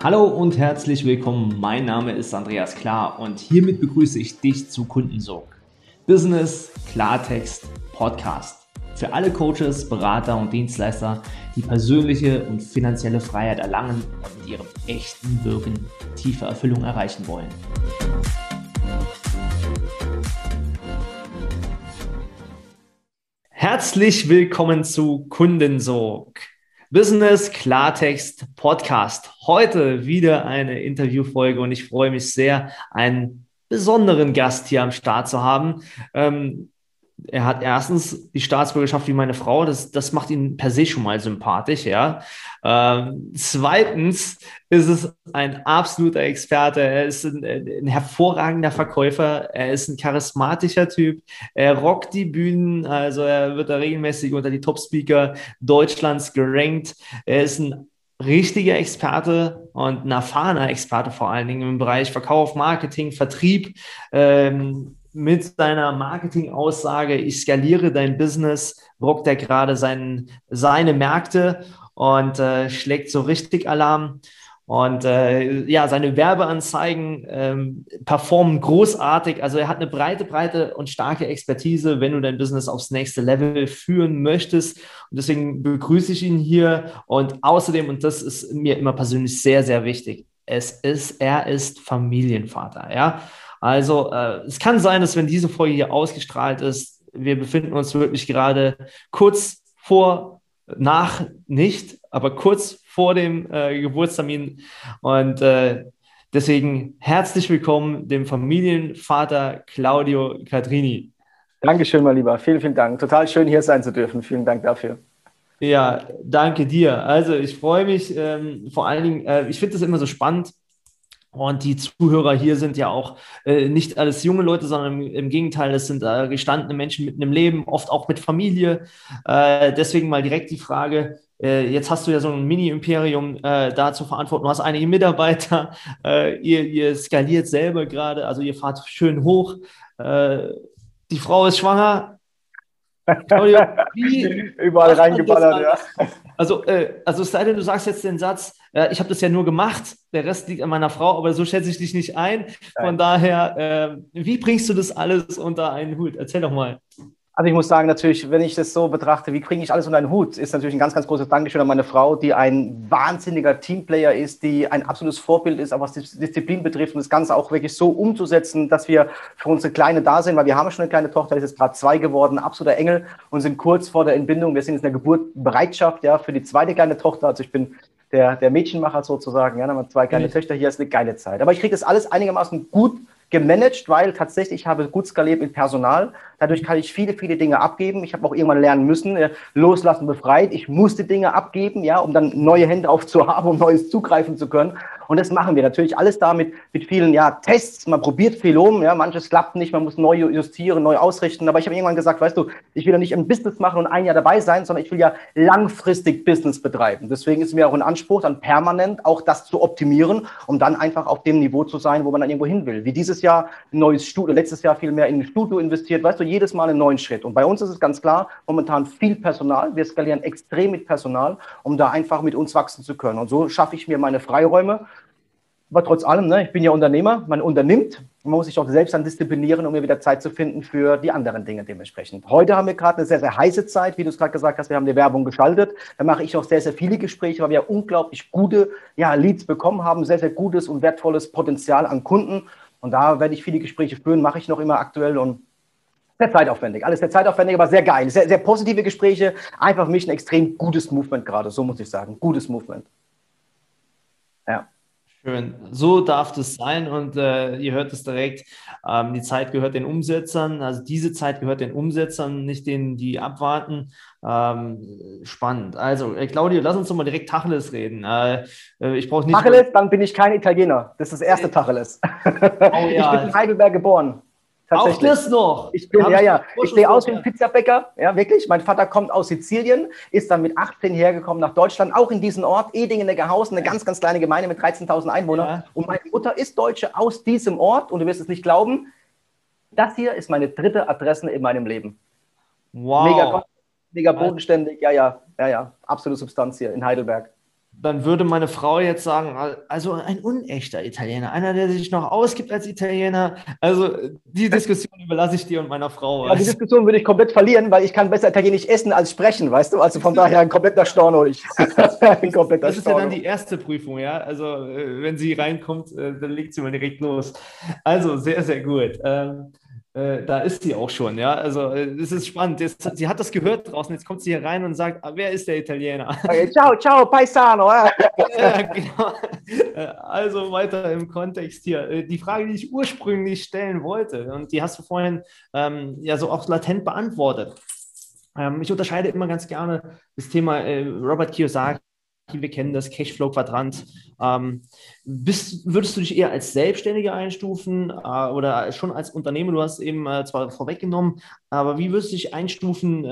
Hallo und herzlich willkommen. Mein Name ist Andreas Klar und hiermit begrüße ich dich zu Kundensog. Business Klartext Podcast. Für alle Coaches, Berater und Dienstleister, die persönliche und finanzielle Freiheit erlangen und mit ihrem echten Wirken tiefe Erfüllung erreichen wollen. Herzlich willkommen zu Kundensog. Business Klartext Podcast. Heute wieder eine Interviewfolge und ich freue mich sehr, einen besonderen Gast hier am Start zu haben. Er hat erstens die Staatsbürgerschaft wie meine Frau, das macht ihn per se schon mal sympathisch, ja. Zweitens ist es ein absoluter Experte, er ist ein hervorragender Verkäufer, er ist ein charismatischer Typ, er rockt die Bühnen, also er wird da regelmäßig unter die Top-Speaker Deutschlands gerankt, er ist ein richtiger Experte und ein erfahrener Experte vor allen Dingen im Bereich Verkauf, Marketing, Vertrieb, mit seiner Marketing-Aussage, ich skaliere dein Business, rockt er gerade seine Märkte und schlägt so richtig Alarm. Und ja, seine Werbeanzeigen performen großartig. Also er hat eine breite und starke Expertise, wenn du dein Business aufs nächste Level führen möchtest. Und deswegen begrüße ich ihn hier. Und außerdem, und das ist mir immer persönlich sehr, sehr wichtig, er ist Familienvater, ja. Also es kann sein, dass wenn diese Folge hier ausgestrahlt ist, wir befinden uns wirklich gerade kurz vor, nicht, aber kurz vor dem Geburtstermin. Und deswegen herzlich willkommen dem Familienvater Claudio Cadrini. Dankeschön, mein Lieber. Vielen, vielen Dank. Total schön, hier sein zu dürfen. Vielen Dank dafür. Ja, danke dir. Also ich freue mich vor allen Dingen, ich finde das immer so spannend. Und die Zuhörer hier sind ja auch nicht alles junge Leute, sondern im Gegenteil, das sind gestandene Menschen mitten im Leben, oft auch mit Familie. Deswegen mal direkt die Frage, jetzt hast du ja so ein Mini-Imperium da zu verantworten, du hast einige Mitarbeiter, ihr skaliert selber gerade, also ihr fahrt schön hoch. Die Frau ist schwanger. Claudio, wie Überall macht man das reingeballert, ja. alles? Also es sei denn, du sagst jetzt den Satz, ich habe das ja nur gemacht, der Rest liegt an meiner Frau, aber so schätze ich dich nicht ein. Von Nein. daher, wie bringst du das alles unter einen Hut? Erzähl doch mal. Also ich muss sagen, natürlich, wenn ich das so betrachte, wie kriege ich alles unter einen Hut, ist natürlich ein ganz, ganz großes Dankeschön an meine Frau, die ein wahnsinniger Teamplayer ist, die ein absolutes Vorbild ist, auch was die Disziplin betrifft und das Ganze auch wirklich so umzusetzen, dass wir für unsere Kleine da sind, weil wir haben schon eine kleine Tochter, die ist jetzt gerade 2 geworden, absoluter Engel und sind kurz vor der Entbindung. Wir sind jetzt in der Geburtsbereitschaft, ja, für die zweite kleine Tochter. Also ich bin der Mädchenmacher sozusagen, ja, dann haben wir 2 kleine Töchter, hier ist eine geile Zeit. Aber ich kriege das alles einigermaßen gut gemanagt, weil tatsächlich ich habe gut skaliert mit Personal. Dadurch kann ich viele, viele Dinge abgeben. Ich habe auch irgendwann lernen müssen, loslassen befreit. Ich musste Dinge abgeben, ja, um dann neue Hände aufzuhaben, um Neues zugreifen zu können. Und das machen wir natürlich alles da mit vielen Tests. Man probiert viel um, ja, manches klappt nicht, man muss neu justieren, neu ausrichten. Aber ich habe irgendwann gesagt, weißt du, ich will ja nicht ein Business machen und ein Jahr dabei sein, sondern ich will ja langfristig Business betreiben. Deswegen ist mir auch ein Anspruch, dann permanent auch das zu optimieren, um dann einfach auf dem Niveau zu sein, wo man dann irgendwo hin will. Wie dieses Jahr ein neues Studio, letztes Jahr viel mehr in ein Studio investiert, weißt du, jedes Mal einen neuen Schritt. Und bei uns ist es ganz klar, momentan viel Personal. Wir skalieren extrem mit Personal, um da einfach mit uns wachsen zu können. Und so schaffe ich mir meine Freiräume. Aber trotz allem, ne, ich bin ja Unternehmer, man unternimmt, man muss sich auch selbst dann disziplinieren, um mir wieder Zeit zu finden für die anderen Dinge dementsprechend. Heute haben wir gerade eine sehr, sehr heiße Zeit, wie du es gerade gesagt hast, wir haben die Werbung geschaltet, da mache ich auch sehr, sehr viele Gespräche, weil wir unglaublich gute Leads bekommen haben, sehr, sehr gutes und wertvolles Potenzial an Kunden und da werde ich viele Gespräche führen, mache ich noch immer aktuell und sehr zeitaufwendig, alles sehr zeitaufwendig, aber sehr geil, sehr, sehr positive Gespräche, einfach für mich ein extrem gutes Movement gerade, so muss ich sagen, gutes Movement. Ja. Schön. So darf das sein und ihr hört es direkt. Die Zeit gehört den Umsetzern, also diese Zeit gehört den Umsetzern, nicht denen, die abwarten. Spannend. Also, Claudio, lass uns doch mal direkt Tacheles reden. Ich brauche nicht. Tacheles, dann bin ich kein Italiener. Das ist das erste Tacheles. Oh, ich bin in Heidelberg geboren. Auch das noch? Ich sehe aus wie ein Pizzabäcker, ja, wirklich. Mein Vater kommt aus Sizilien, ist dann mit 18 hergekommen nach Deutschland, auch in diesen Ort, Edingen-Neckarhausen, eine ganz, ganz kleine Gemeinde mit 13.000 Einwohnern. Ja. Und meine Mutter ist Deutsche aus diesem Ort und du wirst es nicht glauben, das hier ist meine 3. Adresse in meinem Leben. Wow. Mega bodenständig, ja, absolute Substanz hier in Heidelberg. dann würde meine Frau jetzt sagen, also ein unechter Italiener, einer, der sich noch ausgibt als Italiener. Also die Diskussion überlasse ich dir und meiner Frau. Ja, die Diskussion würde ich komplett verlieren, weil ich kann besser Italienisch essen als sprechen, weißt du? Also von daher ein kompletter Storno. Das ist ja dann die erste Prüfung, ja. Also wenn sie reinkommt, dann legt sie mal direkt los. Also sehr, sehr gut. Da ist sie auch schon, ja. Also das ist spannend. Sie hat das gehört draußen, jetzt kommt sie hier rein und sagt, wer ist der Italiener? Okay, ciao, ciao, Paisano. Ja, genau. Also weiter im Kontext hier. Die Frage, die ich ursprünglich stellen wollte, und die hast du vorhin ja so auch latent beantwortet. Ich unterscheide immer ganz gerne das Thema Robert Kiyosaki. Wir kennen das Cashflow-Quadrant. Würdest du dich eher als Selbstständiger einstufen oder schon als Unternehmer? Du hast eben zwar vorweggenommen, aber wie würdest du dich einstufen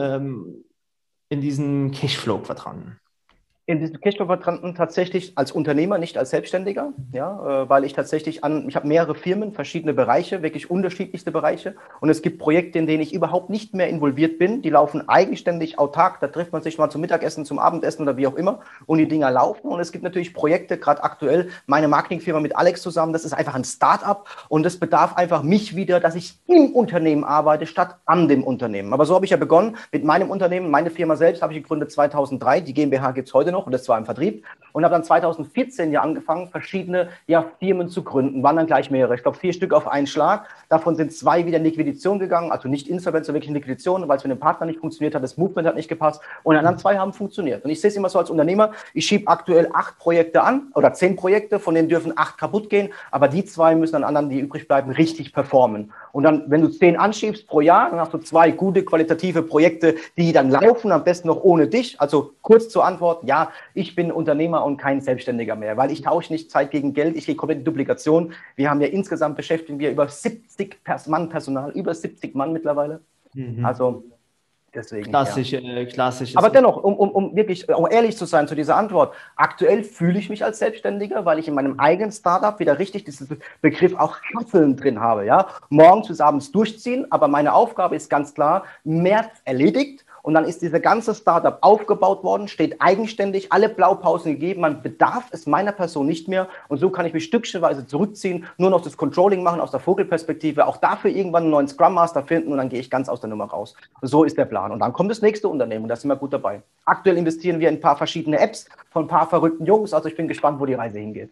in diesen Cashflow-Quadranten? In diesem Cashflow-Quadranten tatsächlich als Unternehmer, nicht als Selbstständiger, ja, weil ich tatsächlich ich habe mehrere Firmen, verschiedene Bereiche, wirklich unterschiedlichste Bereiche und es gibt Projekte, in denen ich überhaupt nicht mehr involviert bin, die laufen eigenständig, autark, da trifft man sich mal zum Mittagessen, zum Abendessen oder wie auch immer und die Dinger laufen und es gibt natürlich Projekte, gerade aktuell, meine Marketingfirma mit Alex zusammen, das ist einfach ein Start-up und das bedarf einfach mich wieder, dass ich im Unternehmen arbeite, statt an dem Unternehmen. Aber so habe ich ja begonnen mit meinem Unternehmen, meine Firma selbst habe ich gegründet 2003, die GmbH gibt es heute noch und das war im Vertrieb und habe dann 2014 ja angefangen, verschiedene Firmen zu gründen, waren dann gleich mehrere, ich glaube 4 Stück auf einen Schlag, davon sind 2 wieder in Liquidation gegangen, also nicht Insolvenz, sondern wirklich in Liquidation, weil es mit dem Partner nicht funktioniert hat, das Movement hat nicht gepasst und die anderen 2 haben funktioniert und ich sehe es immer so als Unternehmer, ich schiebe aktuell 8 Projekte an oder 10 Projekte, von denen dürfen 8 kaputt gehen, aber die 2 müssen an anderen, die übrig bleiben, richtig performen und dann, wenn du 10 anschiebst pro Jahr, dann hast du 2 gute, qualitative Projekte, die dann laufen, am besten noch ohne dich, also kurz zur Antwort, ja, ich bin Unternehmer und kein Selbstständiger mehr, weil ich tausche nicht Zeit gegen Geld, ich gehe komplett in Duplikation. Wir haben ja insgesamt beschäftigen wir über 70 Mann Personal, über 70 Mann mittlerweile. Also deswegen. Klassisch. Aber dennoch, um wirklich ehrlich zu sein zu dieser Antwort, aktuell fühle ich mich als Selbstständiger, weil ich in meinem eigenen Startup wieder richtig diesen Begriff auch Hustlen drin habe. Ja? Morgens bis abends durchziehen, aber meine Aufgabe ist ganz klar, März erledigt. Und dann ist dieser ganze Startup aufgebaut worden, steht eigenständig, alle Blaupausen gegeben, man bedarf es meiner Person nicht mehr und so kann ich mich stückchenweise zurückziehen, nur noch das Controlling machen aus der Vogelperspektive, auch dafür irgendwann einen neuen Scrum Master finden und dann gehe ich ganz aus der Nummer raus. So ist der Plan und dann kommt das nächste Unternehmen und da sind wir gut dabei. Aktuell investieren wir in ein paar verschiedene Apps von ein paar verrückten Jungs, also ich bin gespannt, wo die Reise hingeht.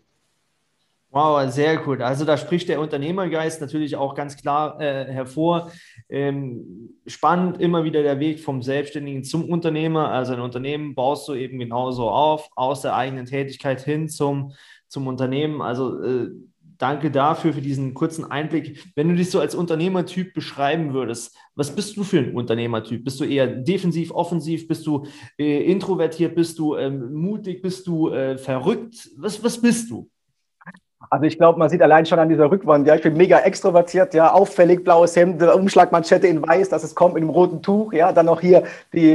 Wow, sehr gut. Also da spricht der Unternehmergeist natürlich auch ganz klar hervor. Spannend immer wieder der Weg vom Selbstständigen zum Unternehmer. Also ein Unternehmen baust du eben genauso auf, aus der eigenen Tätigkeit hin zum Unternehmen. Also danke dafür, für diesen kurzen Einblick. Wenn du dich so als Unternehmertyp beschreiben würdest, was bist du für ein Unternehmertyp? Bist du eher defensiv, offensiv? Bist du introvertiert? Bist du mutig? Bist du verrückt? Was bist du? Also ich glaube, man sieht allein schon an dieser Rückwand, ja, ich bin mega extrovertiert, ja, auffällig blaues Hemd, Umschlagmanschette in weiß, dass es kommt mit einem roten Tuch, ja, dann noch hier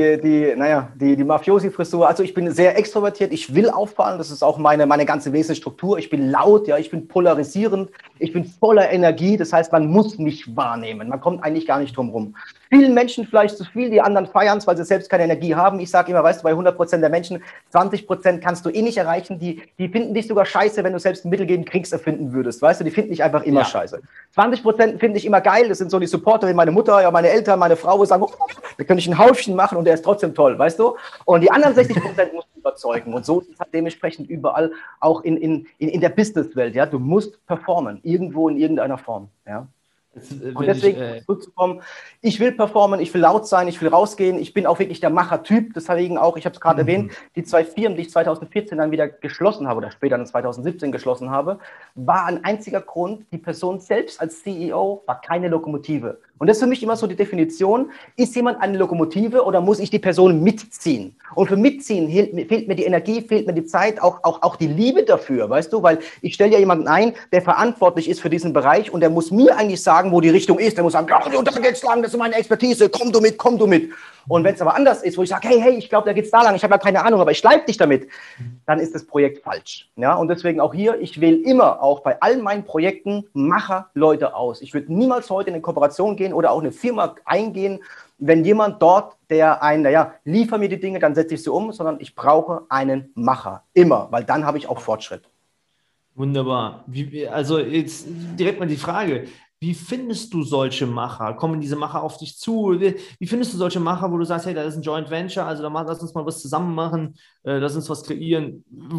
die Mafiosi-Frisur. Also ich bin sehr extrovertiert, ich will auffallen, das ist auch meine ganze Wesensstruktur. Ich bin laut, ja, ich bin polarisierend, ich bin voller Energie, das heißt, man muss mich wahrnehmen, man kommt eigentlich gar nicht drum rum. Vielen Menschen vielleicht zu viel, die anderen feiern es, weil sie selbst keine Energie haben. Ich sage immer, weißt du, bei 100% der Menschen, 20% kannst du eh nicht erreichen, die finden dich sogar scheiße, wenn du selbst ein Mittel gegen Kriegs erfinden würdest, weißt du, die finden dich einfach immer scheiße. 20% finde ich immer geil, das sind so die Supporter wie meine Mutter, ja, meine Eltern, meine Frau, die sagen, oh, da könnte ich ein Häufchen machen und der ist trotzdem toll, weißt du? Und die anderen 60% musst du überzeugen und so ist es halt dementsprechend überall, auch in der Businesswelt, ja, du musst performen, irgendwo in irgendeiner Form, ja. Und deswegen zurückzukommen, ich will performen, ich will laut sein, ich will rausgehen, ich bin auch wirklich der Macher-Typ, deswegen auch, ich habe es gerade erwähnt, die 2 Firmen, die ich 2014 dann wieder geschlossen habe oder später dann 2017 geschlossen habe, war ein einziger Grund, die Person selbst als CEO war keine Lokomotive. Und das ist für mich immer so die Definition, ist jemand eine Lokomotive oder muss ich die Person mitziehen? Und für mitziehen fehlt mir die Energie, fehlt mir die Zeit, auch die Liebe dafür, weißt du, weil ich stelle ja jemanden ein, der verantwortlich ist für diesen Bereich und der muss mir eigentlich sagen, sagen, wo die Richtung ist. Der muss sagen, Claudio, da geht's lang, das ist meine Expertise, komm du mit, komm du mit. Und wenn es aber anders ist, wo ich sage, hey, ich glaube, da geht's da lang, ich habe ja keine Ahnung, aber ich schleife dich damit, dann ist das Projekt falsch. Ja? Und deswegen auch hier, ich wähle immer auch bei all meinen Projekten Macherleute aus. Ich würde niemals heute in eine Kooperation gehen oder auch eine Firma eingehen, wenn jemand dort, der liefer mir die Dinge, dann setze ich sie um, sondern ich brauche einen Macher. Immer, weil dann habe ich auch Fortschritt. Wunderbar. Also jetzt direkt mal die Frage, wie findest du solche Macher? Kommen diese Macher auf dich zu? Wie findest du solche Macher, wo du sagst, hey, da ist ein Joint Venture, also lass uns mal was zusammen machen, lass uns was kreieren.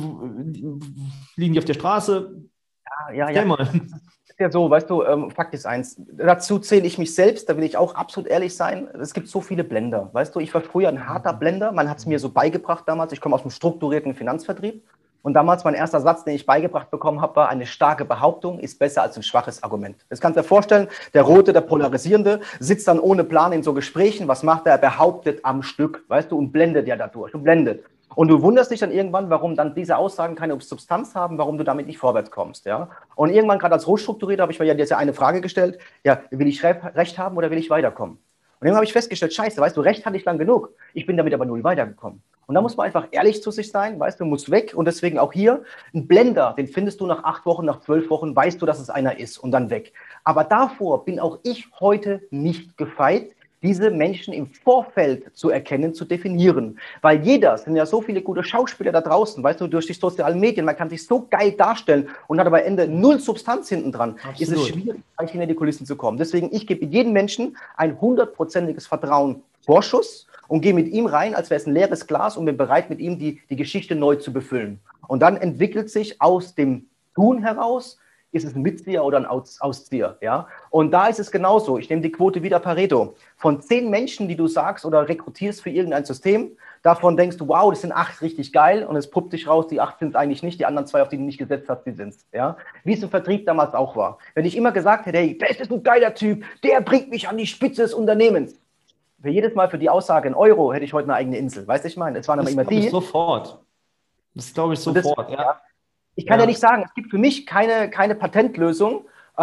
Liegen die auf der Straße? Ja. Mal. Ist ja so, weißt du, Fakt ist eins, dazu zähle ich mich selbst, da will ich auch absolut ehrlich sein, es gibt so viele Blender, weißt du, ich war früher ein harter Blender, man hat es mir so beigebracht damals, ich komme aus einem strukturierten Finanzvertrieb und damals mein erster Satz, den ich beigebracht bekommen habe, war, eine starke Behauptung ist besser als ein schwaches Argument. Das kannst du dir vorstellen, der Rote, der Polarisierende, sitzt dann ohne Plan in so Gesprächen, was macht er? Er behauptet am Stück, weißt du, und blendet ja dadurch und blendet. Und du wunderst dich dann irgendwann, warum dann diese Aussagen keine Substanz haben, warum du damit nicht vorwärts kommst. Ja? Und irgendwann, gerade als Hochstrukturierter, habe ich mir ja jetzt eine Frage gestellt, ja, will ich Recht haben oder will ich weiterkommen? Und dann habe ich festgestellt, scheiße, weißt du, Recht hatte ich lang genug, ich bin damit aber null weitergekommen. Und da muss man einfach ehrlich zu sich sein, weißt du, muss weg. Und deswegen auch hier, ein Blender, den findest du nach 8 Wochen, nach 12 Wochen, weißt du, dass es einer ist und dann weg. Aber davor bin auch ich heute nicht gefeit, diese Menschen im Vorfeld zu erkennen, zu definieren. Weil jeder, es sind ja so viele gute Schauspieler da draußen, weißt du, durch die sozialen Medien, man kann sich so geil darstellen und hat aber am Ende null Substanz hinten dran. Absolut. Ist es schwierig, hinter die Kulissen zu kommen. Deswegen, ich gebe jedem Menschen ein 100%iges Vertrauen Vorschuss und gehe mit ihm rein, als wäre es ein leeres Glas und bin bereit, mit ihm die Geschichte neu zu befüllen. Und dann entwickelt sich aus dem Tun heraus, ist es ein Mitzieher oder ein Auszieher, ja? Und da ist es genauso. Ich nehme die Quote wieder Pareto. Von 10 Menschen, die du sagst oder rekrutierst für irgendein System, davon denkst du, wow, das sind 8 richtig geil und es puppt sich raus, die 8 sind es eigentlich nicht, die anderen 2, auf die du nicht gesetzt hast, die sind es, ja? Wie es im Vertrieb damals auch war. Wenn ich immer gesagt hätte, hey, das ist ein geiler Typ, der bringt mich an die Spitze des Unternehmens. Für jedes Mal für die Aussage in Euro hätte ich heute eine eigene Insel. Weißt du, ich meine, es waren aber immer die. Sofort. Das glaube ich sofort, ja. Ich kann ja nicht sagen, es gibt für mich keine Patentlösung,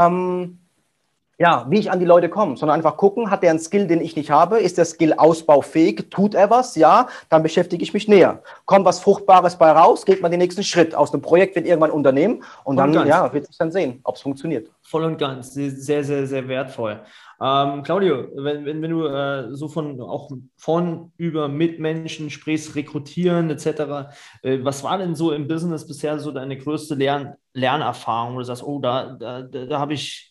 wie ich an die Leute komme, sondern einfach gucken, hat der einen Skill, den ich nicht habe? Ist der Skill ausbaufähig? Tut er was? Ja, dann beschäftige ich mich näher. Kommt was Fruchtbares bei raus, geht man den nächsten Schritt. Aus einem Projekt wird irgendwann ein Unternehmen und dann wird sich dann sehen, ob es funktioniert. Voll und ganz, sehr, sehr, sehr wertvoll. Claudio, wenn du so von über Mitmenschen sprichst, rekrutieren etc., was war denn so im Business bisher so deine größte Lernerfahrung, wo du sagst, oh, da habe ich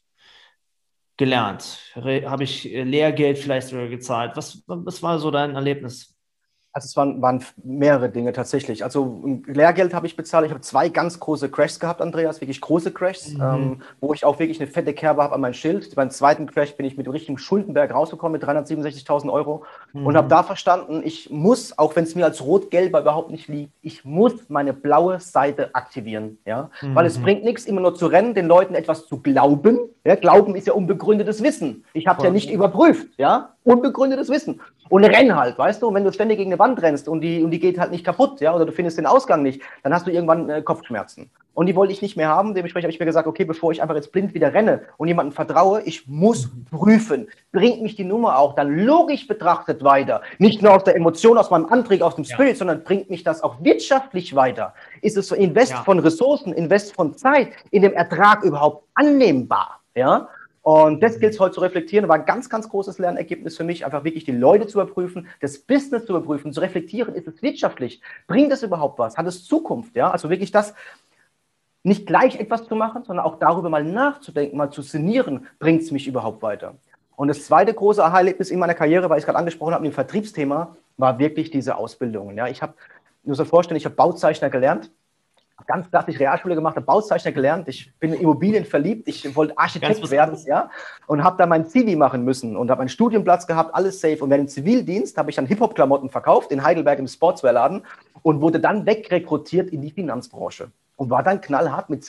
gelernt, habe ich Lehrgeld vielleicht sogar gezahlt? Was war so dein Erlebnis? Also es waren mehrere Dinge tatsächlich. Also Lehrgeld habe ich bezahlt. Ich habe 2 ganz große Crashs gehabt, Andreas, wirklich große Crashs, wo ich auch wirklich eine fette Kerbe habe an mein Schild. Beim zweiten Crash bin ich mit dem richtigen Schuldenberg rausgekommen mit 367.000 Euro und habe da verstanden, ich muss, auch wenn es mir als Rot-Gelber überhaupt nicht liegt, ich muss meine blaue Seite aktivieren. Ja? Weil es bringt nichts, immer nur zu rennen, den Leuten etwas zu glauben. Ja? Glauben ist ja unbegründetes Wissen. Ich habe es ja nicht überprüft. Ja? Unbegründetes Wissen. Und renn halt, weißt du, wenn du ständig gegen eine Wand rennst und die geht halt nicht kaputt, ja, oder du findest den Ausgang nicht, dann hast du irgendwann Kopfschmerzen. Und die wollte ich nicht mehr haben, dementsprechend habe ich mir gesagt, okay, bevor ich einfach jetzt blind wieder renne und jemandem vertraue, ich muss prüfen, bringt mich die Nummer auch dann logisch betrachtet weiter, nicht nur aus der Emotion, aus meinem Antrieb, aus dem Spirit, sondern bringt mich das auch wirtschaftlich weiter? Ist es so Invest von Ressourcen, Invest von Zeit in dem Ertrag überhaupt annehmbar, ja? Und das gilt es heute zu reflektieren. War ein ganz, ganz großes Lernergebnis für mich, einfach wirklich die Leute zu überprüfen, das Business zu überprüfen, zu reflektieren, ist es wirtschaftlich? Bringt es überhaupt was? Hat es Zukunft? Ja, also wirklich das, nicht gleich etwas zu machen, sondern auch darüber mal nachzudenken, mal zu sinnieren, bringt es mich überhaupt weiter? Und das zweite große Aha-Erlebnis in meiner Karriere, weil ich es gerade angesprochen habe, im Vertriebsthema, war wirklich diese Ausbildungen. Ja, ich habe, du musst dir vorstellen, ich habe Bauzeichner gelernt, ganz klassisch Realschule gemacht, habe Bauzeichner gelernt, ich bin in Immobilien verliebt, ich wollte Architekt werden, ja, und habe dann mein Zivi machen müssen und habe einen Studienplatz gehabt, alles safe. Und während dem Zivildienst habe ich dann Hip-Hop-Klamotten verkauft in Heidelberg im Sportswear-Laden und wurde dann wegrekrutiert in die Finanzbranche und war dann knallhart mit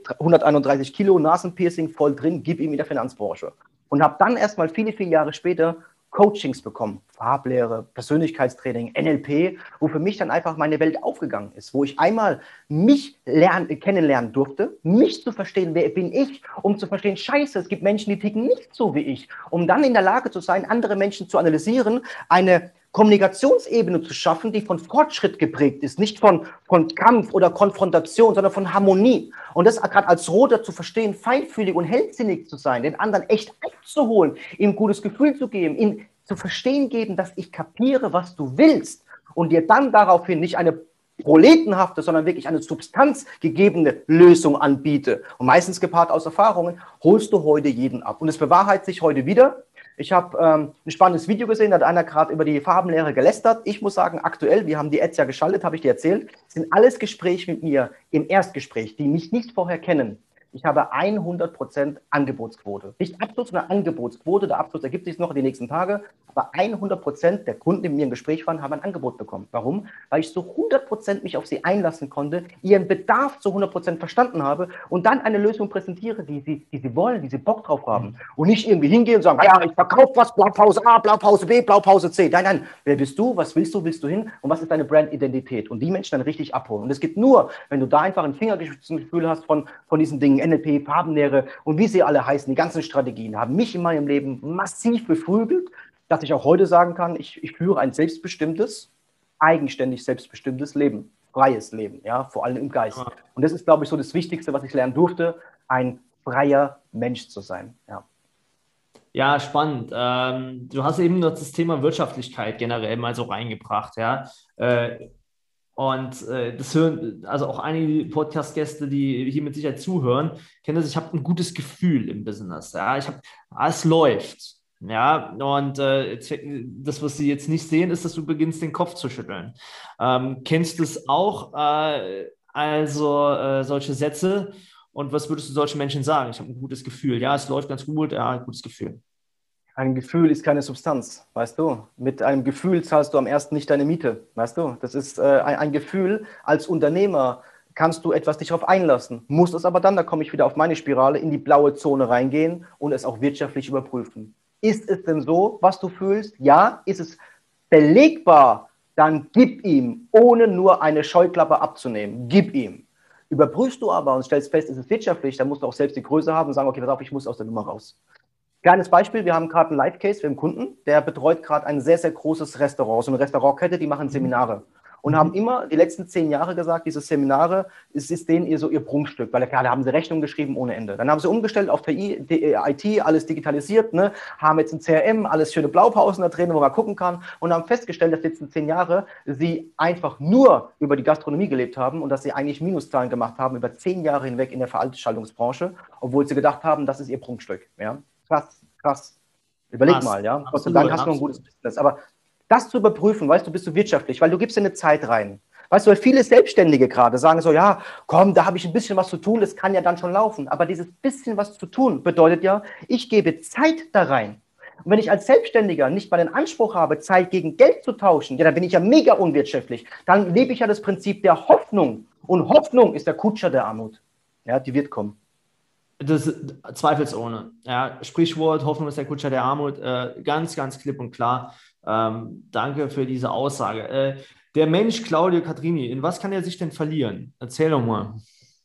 131 Kilo, Nasenpiercing voll drin, gib ihm in der Finanzbranche. Und habe dann erstmal viele, viele Jahre später Coachings bekommen, Farblehre, Persönlichkeitstraining, NLP, wo für mich dann einfach meine Welt aufgegangen ist, wo ich einmal mich kennenlernen durfte, mich zu verstehen, wer bin ich, um zu verstehen, scheiße, es gibt Menschen, die ticken nicht so wie ich, um dann in der Lage zu sein, andere Menschen zu analysieren, eine Kommunikationsebene zu schaffen, die von Fortschritt geprägt ist, nicht von Kampf oder Konfrontation, sondern von Harmonie. Und das gerade als Roter zu verstehen, feinfühlig und hellsinnig zu sein, den anderen echt abzuholen, ihm ein gutes Gefühl zu geben, ihm zu verstehen geben, dass ich kapiere, was du willst und dir dann daraufhin nicht eine proletenhafte, sondern wirklich eine substanzgegebene Lösung anbiete. Und meistens gepaart aus Erfahrungen, holst du heute jeden ab. Und es bewahrheitet sich heute wieder. Ich habe ein spannendes Video gesehen, da hat einer gerade über die Farbenlehre gelästert. Ich muss sagen, aktuell, wir haben die Ads ja geschaltet, habe ich dir erzählt, sind alles Gespräche mit mir im Erstgespräch, die mich nicht vorher kennen. Ich habe 100% Angebotsquote. Nicht Abschluss, sondern Angebotsquote. Der Abschluss ergibt sich noch in den nächsten Tagen. Aber 100% der Kunden, die mit mir im Gespräch waren, haben ein Angebot bekommen. Warum? Weil ich so 100% mich auf sie einlassen konnte, ihren Bedarf zu 100% verstanden habe und dann eine Lösung präsentiere, die sie wollen, die sie Bock drauf haben. Und nicht irgendwie hingehen und sagen, ja, ich verkaufe was, Blaupause A, Blaupause B, Blaupause C. Nein, nein, wer bist du, was willst du hin und was ist deine Brandidentität? Und die Menschen dann richtig abholen. Und es geht nur, wenn du da einfach ein Fingergefühl hast von diesen Dingen, NLP, Farbenlehre und wie sie alle heißen, die ganzen Strategien haben mich in meinem Leben massiv beflügelt, dass ich auch heute sagen kann, ich führe ein selbstbestimmtes, eigenständig selbstbestimmtes Leben, freies Leben, ja, vor allem im Geist. Und das ist, glaube ich, so das Wichtigste, was ich lernen durfte, ein freier Mensch zu sein, ja. Ja, spannend. Du hast eben noch das Thema Wirtschaftlichkeit generell mal so reingebracht, ja. Das hören, also auch einige Podcast-Gäste, die hier mit Sicherheit zuhören, kennen das, ich habe ein gutes Gefühl im Business. Ja, es läuft. Ja, und das, was sie jetzt nicht sehen, ist, dass du beginnst, den Kopf zu schütteln. Kennst du es auch? Solche Sätze. Und was würdest du solchen Menschen sagen? Ich habe ein gutes Gefühl. Ja, es läuft ganz gut. Ja, ein gutes Gefühl. Ein Gefühl ist keine Substanz, weißt du. Mit einem Gefühl zahlst du am ersten nicht deine Miete, weißt du. Das ist ein Gefühl. Als Unternehmer kannst du etwas dich darauf einlassen, musst es aber dann, da komme ich wieder auf meine Spirale, in die blaue Zone reingehen und es auch wirtschaftlich überprüfen. Ist es denn so, was du fühlst? Ja. Ist es belegbar? Dann gib ihm, ohne nur eine Scheuklappe abzunehmen. Gib ihm. Überprüfst du aber und stellst fest, ist es wirtschaftlich, dann musst du auch selbst die Größe haben und sagen, okay, pass auf, ich muss aus der Nummer raus. Kleines Beispiel, wir haben gerade einen Live-Case für einen Kunden, der betreut gerade ein sehr, sehr großes Restaurant, so eine Restaurantkette, die machen Seminare. Und haben immer die letzten 10 Jahre gesagt, diese Seminare ist denen ihr Prunkstück, weil klar, da haben sie Rechnungen geschrieben ohne Ende. Dann haben sie umgestellt auf IT, alles digitalisiert, ne, haben jetzt ein CRM, alles schöne Blaupausen da drin, wo man gucken kann und haben festgestellt, dass die letzten 10 Jahre sie einfach nur über die Gastronomie gelebt haben und dass sie eigentlich Minuszahlen gemacht haben über 10 Jahre hinweg in der Veranstaltungsbranche, obwohl sie gedacht haben, das ist ihr Prunkstück. Ja? Krass. Überleg mal, ja. Gott sei Dank hast du noch ein gutes Business. Aber das zu überprüfen, weißt du, bist du wirtschaftlich, weil du gibst dir eine Zeit rein. Weißt du, weil viele Selbstständige gerade sagen so, ja, komm, da habe ich ein bisschen was zu tun, das kann ja dann schon laufen. Aber dieses bisschen was zu tun bedeutet ja, ich gebe Zeit da rein. Und wenn ich als Selbstständiger nicht mal den Anspruch habe, Zeit gegen Geld zu tauschen, ja, dann bin ich ja mega unwirtschaftlich. Dann lebe ich ja das Prinzip der Hoffnung. Und Hoffnung ist der Kutscher der Armut. Ja, die wird kommen. Das zweifelsohne. Ja, Sprichwort, Hoffnung ist der Kutscher der Armut. Ganz, ganz klipp und klar. Danke für diese Aussage. Der Mensch Claudio Catrini, in was kann er sich denn verlieren? Erzähl doch mal.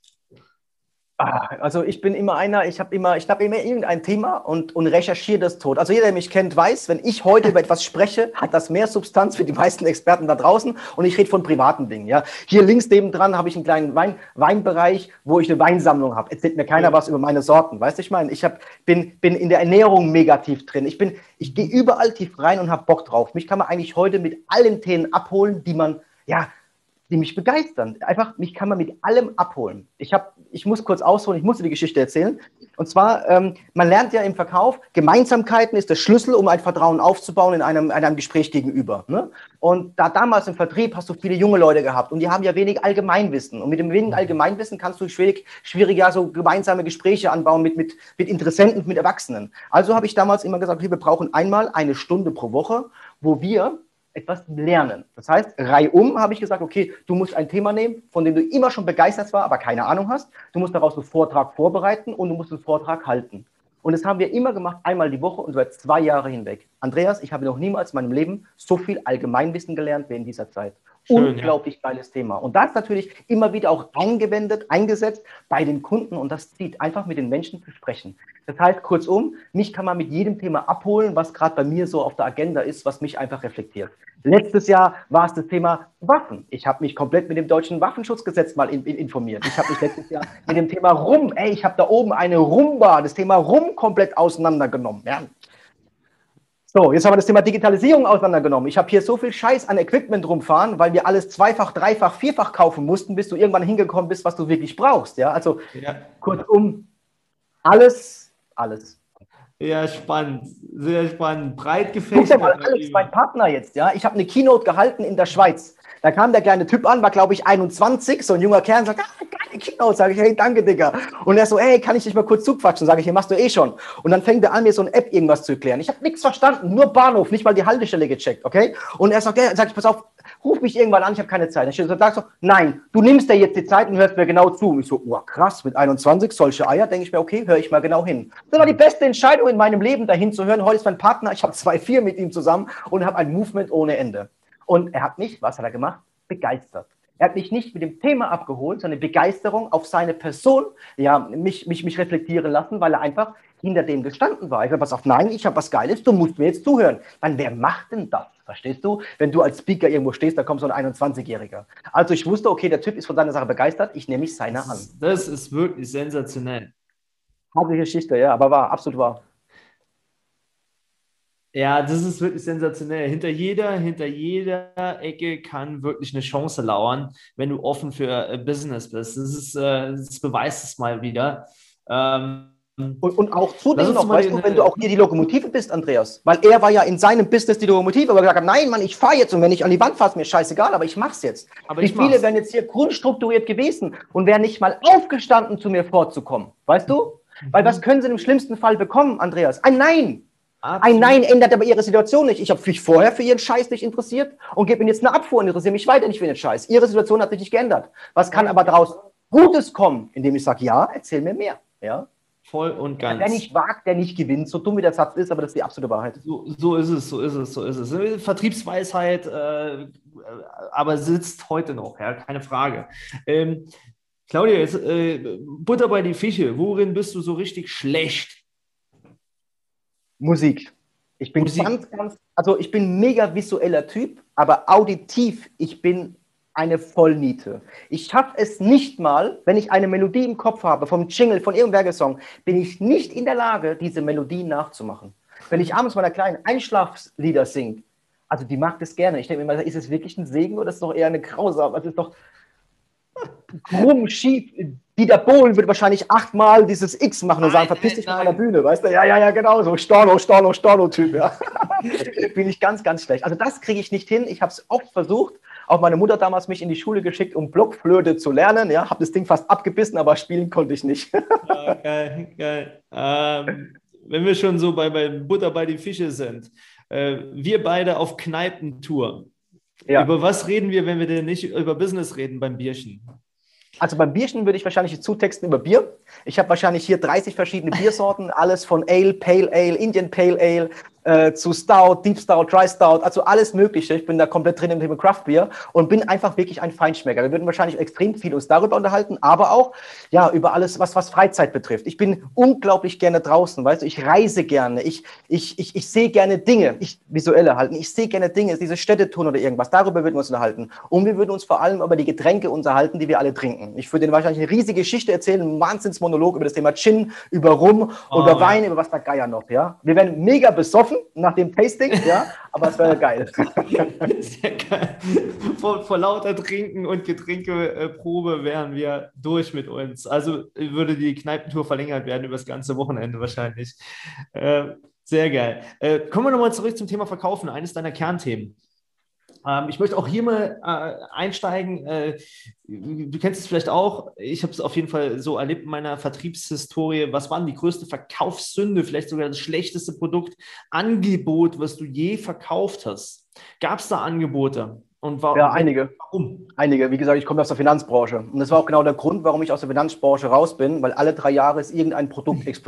Also ich bin immer einer, ich habe immer irgendein Thema und recherchiere das tot. Also jeder, der mich kennt, weiß, wenn ich heute über etwas spreche, hat das mehr Substanz für die meisten Experten da draußen und ich rede von privaten Dingen. Ja. Hier links nebendran habe ich einen kleinen Weinbereich, wo ich eine Weinsammlung habe. Erzählt mir keiner was über meine Sorten, weißt du, ich meine, bin in der Ernährung mega tief drin. Ich gehe überall tief rein und habe Bock drauf. Mich kann man eigentlich heute mit allen Themen abholen, die mich begeistern. Einfach, mich kann man mit allem abholen. Ich muss kurz ausholen, ich muss dir die Geschichte erzählen. Und zwar, man lernt ja im Verkauf, Gemeinsamkeiten ist der Schlüssel, um ein Vertrauen aufzubauen in einem Gespräch gegenüber. Ne? Und damals im Vertrieb hast du viele junge Leute gehabt und die haben ja wenig Allgemeinwissen. Und mit dem wenigen Allgemeinwissen kannst du schwierig ja so gemeinsame Gespräche anbauen mit Interessenten, mit Erwachsenen. Also habe ich damals immer gesagt, okay, wir brauchen einmal eine Stunde pro Woche, wo wir etwas lernen. Das heißt, reihum habe ich gesagt, okay, du musst ein Thema nehmen, von dem du immer schon begeistert warst, aber keine Ahnung hast. Du musst daraus einen Vortrag vorbereiten und du musst einen Vortrag halten. Und das haben wir immer gemacht, einmal die Woche und über 2 Jahre hinweg. Andreas, ich habe noch niemals in meinem Leben so viel Allgemeinwissen gelernt wie in dieser Zeit. Schön, Unglaublich geiles Thema. Und das natürlich immer wieder auch angewendet, eingesetzt bei den Kunden und das zieht einfach mit den Menschen zu sprechen. Das heißt, kurzum, mich kann man mit jedem Thema abholen, was gerade bei mir so auf der Agenda ist, was mich einfach reflektiert. Letztes Jahr war es das Thema Waffen. Ich habe mich komplett mit dem deutschen Waffenschutzgesetz mal informiert. Ich habe mich letztes Jahr mit dem Thema Rum, ich habe da oben eine Rumba, das Thema Rum komplett auseinandergenommen. Ja. So, jetzt haben wir das Thema Digitalisierung auseinandergenommen. Ich habe hier so viel Scheiß an Equipment rumfahren, weil wir alles zweifach, dreifach, vierfach kaufen mussten, bis du irgendwann hingekommen bist, was du wirklich brauchst. Ja, also kurzum, alles. Ja, spannend, sehr spannend, breit Guck gefächert. dir mal Alex, mein Partner jetzt, ja. Ich habe eine Keynote gehalten in der Schweiz. Da kam der kleine Typ an, war glaube ich 21, so ein junger Kerl, sagt, geile Keynote, sage ich, hey, danke, Digga. Und er so, hey, kann ich dich mal kurz zuquatschen? Sage ich, hier machst du eh schon. Und dann fängt er an, mir so eine App irgendwas zu erklären. Ich habe nichts verstanden, nur Bahnhof, nicht mal die Haltestelle gecheckt, okay? Und er sagt, sag ich, pass auf, ruf mich irgendwann an, ich habe keine Zeit. Dann steht er so, nein, du nimmst dir jetzt die Zeit und hörst mir genau zu. Und ich so, oh, krass, mit 21, solche Eier, denke ich mir, okay, höre ich mal genau hin. Das war die beste Entscheidung in meinem Leben, dahin zu hören. Heute ist mein Partner, ich habe 2,4 mit ihm zusammen und habe ein Movement ohne Ende. Und er hat mich, was hat er gemacht? Begeistert. Er hat mich nicht mit dem Thema abgeholt, sondern Begeisterung auf seine Person, ja, mich reflektieren lassen, weil er einfach hinter dem gestanden war. Ich habe was auf, nein, ich habe was Geiles, du musst mir jetzt zuhören. Dann, wer macht denn das? Verstehst du? Wenn du als Speaker irgendwo stehst, da kommt so ein 21-Jähriger. Also ich wusste, okay, der Typ ist von seiner Sache begeistert, ich nehme mich seiner an. Das ist wirklich sensationell. Harte Geschichte, ja, aber war, absolut wahr. Ja, das ist wirklich sensationell. Hinter jeder Ecke kann wirklich eine Chance lauern, wenn du offen für Business bist. Das beweist es mal wieder. Und auch zudem noch, weißt du, wenn du auch hier die Lokomotive bist, Andreas, weil er war ja in seinem Business die Lokomotive, aber gesagt hat, nein, Mann, ich fahre jetzt und wenn ich an die Wand fahre, ist mir scheißegal, aber ich mach's jetzt. Wie viele wären jetzt hier grundstrukturiert gewesen und wären nicht mal aufgestanden, zu mir vorzukommen, weißt du? Weil was können sie im schlimmsten Fall bekommen, Andreas? Ein Nein! Absolut. Ein Nein ändert aber ihre Situation nicht. Ich habe mich vorher für ihren Scheiß nicht interessiert und gebe ihnen jetzt eine Abfuhr und interessiere mich weiter nicht für ihren Scheiß. Ihre Situation hat sich nicht geändert. Was kann aber daraus Gutes kommen, indem ich sage, ja, erzähl mir mehr. Ja? Voll und ganz. Wer nicht wagt, der nicht gewinnt. So dumm wie der Satz ist, aber das ist die absolute Wahrheit. So ist es. Vertriebsweisheit, aber sitzt heute noch, ja, keine Frage. Claudia, jetzt Butter bei die Fische. Worin bist du so richtig schlecht? Musik. Ich bin also ich bin mega visueller Typ, aber auditiv, ich bin eine Vollniete. Ich schaffe es nicht mal, wenn ich eine Melodie im Kopf habe, vom Jingle, von irgendeinem Werbesong, bin ich nicht in der Lage, diese Melodie nachzumachen. Wenn ich abends meiner Kleinen Einschlaflieder singe, also die mag das gerne. Ich denke mir immer, ist es wirklich ein Segen oder ist es doch eher eine Grausam? Es ist doch krumm, schief. Dieter Bohlen wird wahrscheinlich 8-mal dieses X machen und sagen, verpiss dich von meiner Bühne, weißt du? Ja, genau, so Storno-Typ, ja. Bin ich ganz, ganz schlecht. Also das kriege ich nicht hin. Ich habe es oft versucht. Auch meine Mutter damals mich in die Schule geschickt, um Blockflöte zu lernen. Ja, habe das Ding fast abgebissen, aber spielen konnte ich nicht. Ja, geil. Wenn wir schon so bei Butter bei die Fische sind, wir beide auf Kneipentour. Ja. Über was reden wir, wenn wir denn nicht über Business reden beim Bierchen? Also beim Bierchen würde ich wahrscheinlich zutexten über Bier. Ich habe wahrscheinlich hier 30 verschiedene Biersorten, alles von Ale, Pale Ale, Indian Pale Ale, zu Stout, Deep Stout, Dry Stout, also alles Mögliche. Ich bin da komplett drin im Thema Craft Beer und bin einfach wirklich ein Feinschmecker. Wir würden wahrscheinlich extrem viel uns darüber unterhalten, aber auch ja über alles, was Freizeit betrifft. Ich bin unglaublich gerne draußen, weißt du, ich reise gerne, ich sehe gerne Dinge, visuelle halten, ich sehe gerne Dinge, diese Städtetouren oder irgendwas, darüber würden wir uns unterhalten. Und wir würden uns vor allem über die Getränke unterhalten, die wir alle trinken. Ich würde Ihnen wahrscheinlich eine riesige Geschichte erzählen, einen Wahnsinnsmonolog über das Thema Gin, über Rum, über Wein, über was der Geier noch, ja. Wir werden mega besoffen nach dem Tasting, ja, aber es wäre geil. Sehr geil. Vor lauter Trinken und Getränkeprobe wären wir durch mit uns. Also würde die Kneipentour verlängert werden über das ganze Wochenende wahrscheinlich. Sehr geil. Kommen wir nochmal zurück zum Thema Verkaufen, eines deiner Kernthemen. Ich möchte auch hier mal einsteigen. Du kennst es vielleicht auch. Ich habe es auf jeden Fall so erlebt in meiner Vertriebshistorie. Was war denn die größte Verkaufssünde, vielleicht sogar das schlechteste Produktangebot, was du je verkauft hast? Gab es da Angebote? Und ja, einige. Warum? Einige. Wie gesagt, ich komme aus der Finanzbranche. Und das war auch genau der Grund, warum ich aus der Finanzbranche raus bin, weil alle 3 Jahre ist irgendein Produkt explodiert.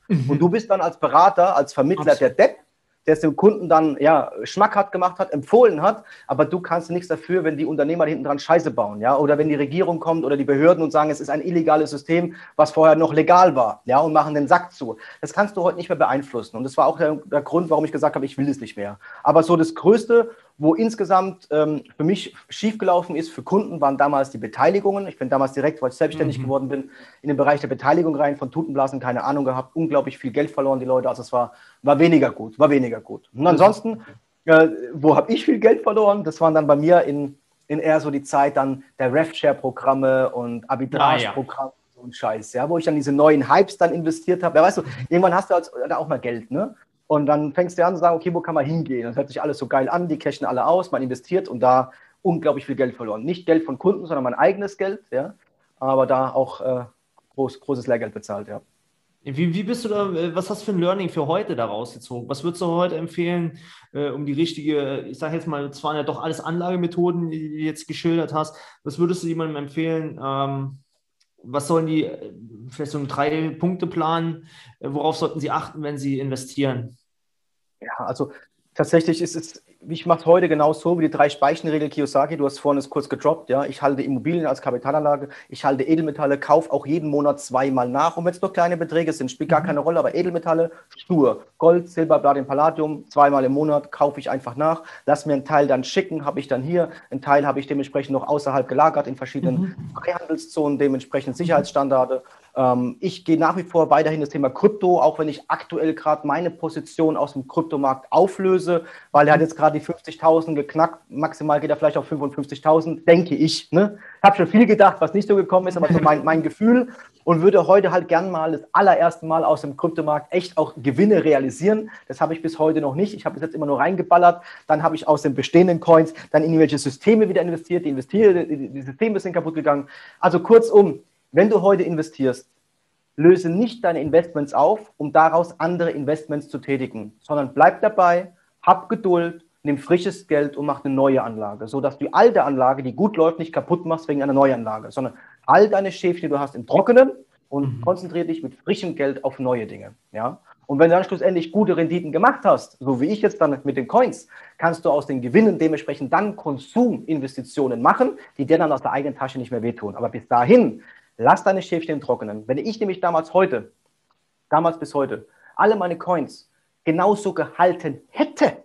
Und du bist dann als Berater, als Vermittler der Depp, der es dem Kunden dann schmackhaft gemacht hat, empfohlen hat, aber du kannst nichts dafür, wenn die Unternehmer hinten dran Scheiße bauen, ja, oder wenn die Regierung kommt oder die Behörden und sagen, es ist ein illegales System, was vorher noch legal war, ja, und machen den Sack zu. Das kannst du heute nicht mehr beeinflussen und das war auch der Grund, warum ich gesagt habe, ich will es nicht mehr. Aber so das Größte, wo insgesamt für mich schiefgelaufen ist, für Kunden, waren damals die Beteiligungen. Ich bin damals direkt, weil ich selbstständig geworden bin, in den Bereich der Beteiligung rein, von Tutenblasen, keine Ahnung gehabt, unglaublich viel Geld verloren, die Leute, also es war weniger gut, war weniger gut. Und ansonsten, wo habe ich viel Geld verloren? Das waren dann bei mir in eher so die Zeit dann der RevShare-Programme und Arbitrage-Programme und Scheiß, ja, wo ich dann diese neuen Hypes dann investiert habe. Ja, weißt du, irgendwann hast du auch mal Geld, ne? Und dann fängst du an zu sagen, okay, wo kann man hingehen? Das hört sich alles so geil an, die cashen alle aus, man investiert und da unglaublich viel Geld verloren. Nicht Geld von Kunden, sondern mein eigenes Geld, ja, aber da auch großes Lehrgeld bezahlt, ja. Wie bist du da, was hast du für ein Learning für heute da rausgezogen? Was würdest du heute empfehlen, um die richtige, ich sage jetzt mal, zwar ja doch alles Anlagemethoden, die du jetzt geschildert hast, was würdest du jemandem empfehlen? Was sollen die, vielleicht so einen 3-Punkte-Plan, worauf sollten sie achten, wenn sie investieren? Ja, also tatsächlich ist es, ich mache es heute genau so wie die 3-Speichenregel Kiyosaki. Du hast vorhin es kurz gedroppt. Ja? Ich halte Immobilien als Kapitalanlage, ich halte Edelmetalle, kaufe auch jeden Monat 2-mal nach. Und wenn es nur kleine Beträge sind, spielt gar keine Rolle, aber Edelmetalle, stur. Gold, Silber, Platin, Palladium, 2-mal im Monat kaufe ich einfach nach. Lass mir einen Teil dann schicken, habe ich dann hier. Einen Teil habe ich dementsprechend noch außerhalb gelagert in verschiedenen Freihandelszonen, dementsprechend Sicherheitsstandards. Ich gehe nach wie vor weiterhin das Thema Krypto, auch wenn ich aktuell gerade meine Position aus dem Kryptomarkt auflöse, weil er hat jetzt gerade die 50.000 geknackt, maximal geht er vielleicht auf 55.000, denke ich. Ne? Ich habe schon viel gedacht, was nicht so gekommen ist, aber so mein Gefühl, und würde heute halt gern mal das allererste Mal aus dem Kryptomarkt echt auch Gewinne realisieren. Das habe ich bis heute noch nicht. Ich habe bis jetzt immer nur reingeballert. Dann habe ich aus den bestehenden Coins dann in irgendwelche Systeme wieder investiert. Die Systeme sind kaputt gegangen. Also kurzum, wenn du heute investierst, löse nicht deine Investments auf, um daraus andere Investments zu tätigen, sondern bleib dabei, hab Geduld, nimm frisches Geld und mach eine neue Anlage, sodass du die alte Anlage, die gut läuft, nicht kaputt machst wegen einer neuen Anlage, sondern all deine Schäfchen, die du hast, im Trockenen und konzentriere dich mit frischem Geld auf neue Dinge. Ja? Und wenn du dann schlussendlich gute Renditen gemacht hast, so wie ich jetzt dann mit den Coins, kannst du aus den Gewinnen dementsprechend dann Konsuminvestitionen machen, die dir dann aus der eigenen Tasche nicht mehr wehtun. Aber bis dahin, lass deine Schäfchen im Trockenen. Wenn ich nämlich damals bis heute, alle meine Coins genauso gehalten hätte,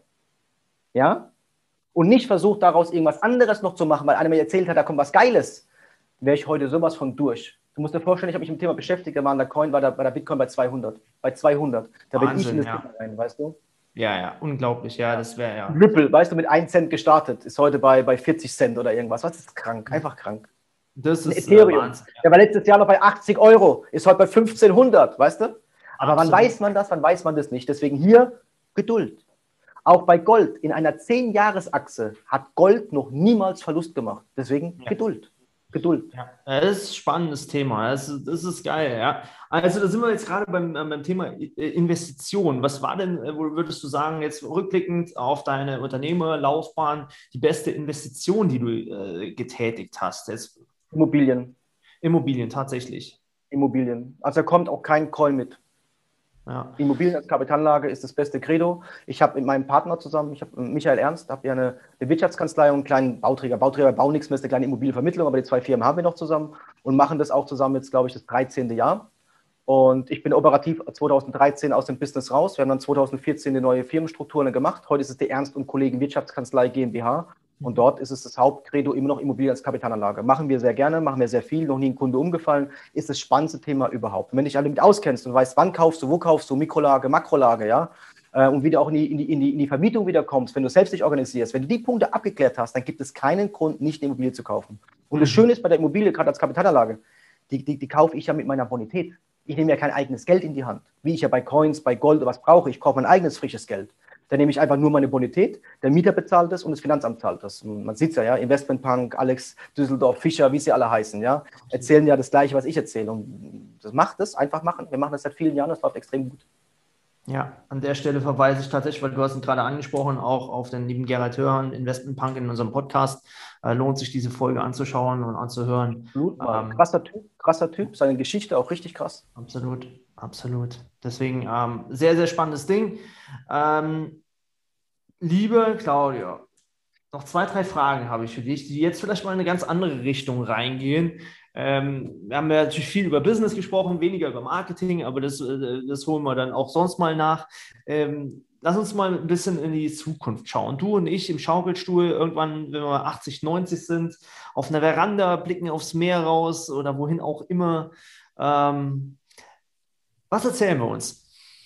ja, und nicht versucht, daraus irgendwas anderes noch zu machen, weil einer mir erzählt hat, da kommt was Geiles, wäre ich heute sowas von durch. Du musst dir vorstellen, ich habe mich mit dem Thema beschäftigt, da war der Bitcoin bei 200. Bei 200. Da bin ich in das Thema rein, weißt du? Ja, unglaublich, ja, das wäre ja. Ripple, weißt du, mit 1 Cent gestartet, ist heute bei 40 Cent oder irgendwas. Was ist krank? Einfach krank. Das ist Ethereum. Wahnsinn, ja. Der war letztes Jahr noch bei 80 Euro, ist heute bei 1500, weißt du? Aber wann weiß man das, wann weiß man das nicht? Deswegen hier Geduld. Auch bei Gold, in einer 10-Jahres-Achse hat Gold noch niemals Verlust gemacht. Deswegen Geduld. Geduld. Ja, das ist ein spannendes Thema. Das ist geil, ja. Also da sind wir jetzt gerade beim Thema Investition. Was war denn, wo würdest du sagen, jetzt rückblickend auf deine Unternehmerlaufbahn, die beste Investition, die du getätigt hast? Jetzt, Immobilien. Immobilien, tatsächlich. Immobilien. Also da kommt auch kein Call mit. Ja. Immobilien als Kapitalanlage ist das beste Credo. Ich habe mit meinem Partner zusammen, ich habe Michael Ernst, habe ja eine Wirtschaftskanzlei und einen kleinen Bauträger. Bauträger bauen nichts mehr, ist eine kleine Immobilienvermittlung, aber die 2 Firmen haben wir noch zusammen und machen das auch zusammen jetzt, glaube ich, das 13. Jahr. Und ich bin operativ 2013 aus dem Business raus. Wir haben dann 2014 eine neue Firmenstruktur gemacht. Heute ist es die Ernst und Kollegen Wirtschaftskanzlei GmbH. Und dort ist es das Hauptcredo immer noch Immobilien als Kapitalanlage. Machen wir sehr gerne, machen wir sehr viel, noch nie ein Kunde umgefallen, ist das spannendste Thema überhaupt. Und wenn dich alle mit auskennst und weißt, wann kaufst du, wo kaufst du, Mikrolage, Makrolage, ja, und wieder auch in die Vermietung wieder kommst, wenn du selbst dich organisierst, wenn du die Punkte abgeklärt hast, dann gibt es keinen Grund, nicht eine Immobilie zu kaufen. Und das Schöne ist bei der Immobilie, gerade als Kapitalanlage, die kaufe ich ja mit meiner Bonität. Ich nehme ja kein eigenes Geld in die Hand, wie ich ja bei Coins, bei Gold, was brauche ich, kaufe mein eigenes frisches Geld. Dann nehme ich einfach nur meine Bonität, der Mieter bezahlt das und das Finanzamt zahlt das. Man sieht es ja, Investmentpunk, Alex Düsseldorf, Fischer, wie sie alle heißen, ja, erzählen ja das Gleiche, was ich erzähle. Und das macht es, einfach machen. Wir machen das seit vielen Jahren, das läuft extrem gut. Ja, an der Stelle verweise ich tatsächlich, weil du hast ihn gerade angesprochen, auch auf den lieben Gerald Hörhan, Investmentpunk in unserem Podcast. Lohnt sich, diese Folge anzuschauen und anzuhören. Krasser Typ, seine Geschichte auch richtig krass. Absolut. Absolut. Deswegen sehr, sehr spannendes Ding. Ähm, Liebe Claudia, noch zwei, drei Fragen habe ich für dich, die jetzt vielleicht mal in eine ganz andere Richtung reingehen. Wir haben ja natürlich viel über Business gesprochen, weniger über Marketing, aber das holen wir dann auch sonst mal nach. Lass uns mal ein bisschen in die Zukunft schauen. Du und ich im Schaukelstuhl, irgendwann, wenn wir 80, 90 sind, auf einer Veranda, blicken aufs Meer raus oder wohin auch immer. Ähm, Was erzählen wir uns?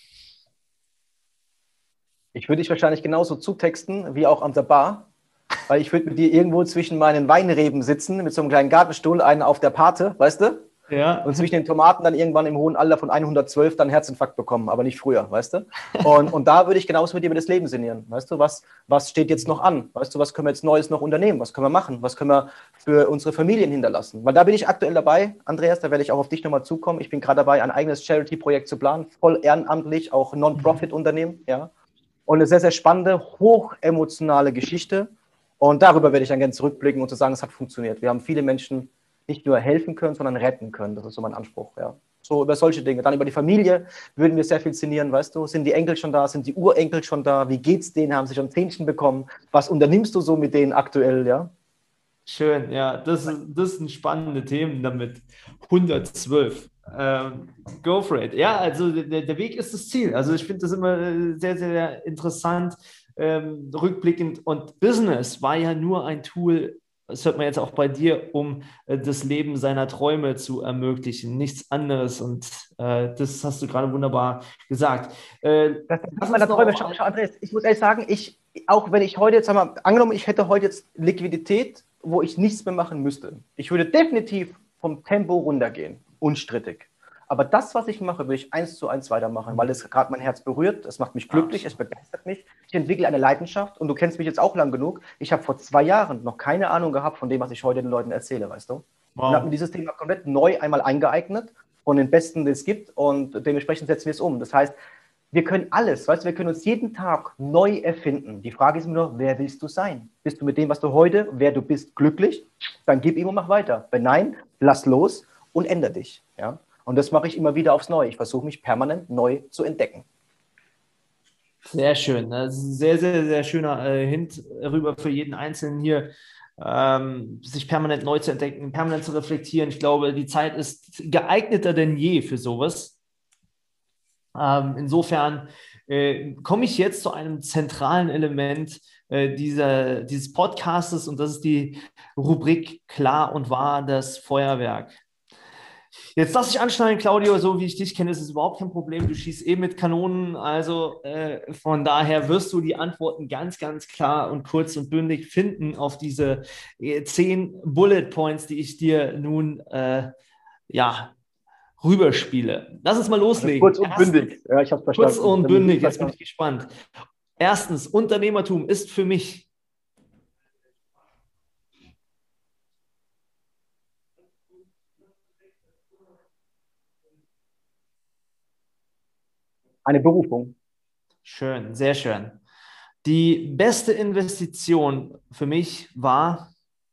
Ich würde dich wahrscheinlich genauso zutexten wie auch an der Bar, weil ich würde mit dir irgendwo zwischen meinen Weinreben sitzen, mit so einem kleinen Gartenstuhl, einen auf der Pate, weißt du? Ja, Und zwischen den Tomaten dann irgendwann im hohen Alter von 112 dann Herzinfarkt bekommen, aber nicht früher, weißt du? Und da würde ich genauso mit dir über das Leben sinnieren, weißt du? Was steht jetzt noch an? Weißt du, was können wir jetzt Neues noch unternehmen? Was können wir machen? Was können wir für unsere Familien hinterlassen? Weil da bin ich aktuell dabei, Andreas, da werde ich auch auf dich nochmal zukommen. Ich bin gerade dabei, ein eigenes Charity-Projekt zu planen, voll ehrenamtlich, auch Non-Profit-Unternehmen, ja. Und eine sehr, sehr spannende, hochemotionale Geschichte. Und darüber werde ich dann gerne zurückblicken und zu sagen, es hat funktioniert. Wir haben viele Menschen nicht nur helfen können, sondern retten können. Das ist so mein Anspruch. Ja. So über solche Dinge. Dann über die Familie würden wir sehr viel sinnieren, weißt du? Sind die Enkel schon da? Sind die Urenkel schon da? Wie geht's denen? Haben sie schon Zähnchen bekommen? Was unternimmst du so mit denen aktuell? Ja? schön, ja, das sind spannende Themen damit. 112. Go for it. Ja, also der Weg ist das Ziel. Also ich finde das immer sehr, sehr interessant, rückblickend. Und Business war ja nur ein Tool, das hört man jetzt auch bei dir, um das Leben seiner Träume zu ermöglichen. Nichts anderes. Und das hast du gerade wunderbar gesagt. Das ist Lass meiner uns Träume. noch Schau, auf. schau, Andreas, ich muss ehrlich sagen, auch wenn ich heute jetzt, sag mal, angenommen, ich hätte heute jetzt Liquidität, wo ich nichts mehr machen müsste. Ich würde definitiv vom Tempo runtergehen, unstrittig. Aber das, was ich mache, würde ich 1:1 weitermachen, weil es gerade mein Herz berührt, es macht mich glücklich, es begeistert mich. Ich entwickle eine Leidenschaft und du kennst mich jetzt auch lang genug. Ich habe vor 2 Jahren noch keine Ahnung gehabt von dem, was ich heute den Leuten erzähle, weißt du? Und habe mir Wow. dieses Thema komplett neu einmal eingeeignet, von den Besten, die es gibt, und dementsprechend setzen wir es um. Das heißt, wir können alles, weißt du, wir können uns jeden Tag neu erfinden. Die Frage ist immer nur, wer willst du sein? Bist du mit dem, was du heute, wer du bist, glücklich? Dann gib ihm und mach weiter. Wenn nein, lass los und ändere dich. Ja? Und das mache ich immer wieder aufs Neue. Ich versuche mich permanent neu zu entdecken. Sehr schön. Das ist ein sehr, sehr, sehr schöner Hint rüber für jeden Einzelnen hier, sich permanent neu zu entdecken, permanent zu reflektieren. Ich glaube, die Zeit ist geeigneter denn je für sowas. Insofern komme ich jetzt zu einem zentralen Element dieses Podcastes und das ist die Rubrik Klar und wahr, das Feuerwerk. Jetzt lass dich anschneiden, Claudio, so wie ich dich kenne, ist es überhaupt kein Problem. Du schießt eh mit Kanonen, also von daher wirst du die Antworten ganz, ganz klar und kurz und bündig finden auf diese 10 Bullet Points, die ich dir nun ja, rüberspiele. Lass uns mal Also loslegen. kurz und bündig. Ja, ich habe es Kurz verstanden. und bündig, jetzt bin ich gespannt. Erstens, Unternehmertum ist für mich Eine Berufung. schön, sehr schön. Die beste Investition für mich war,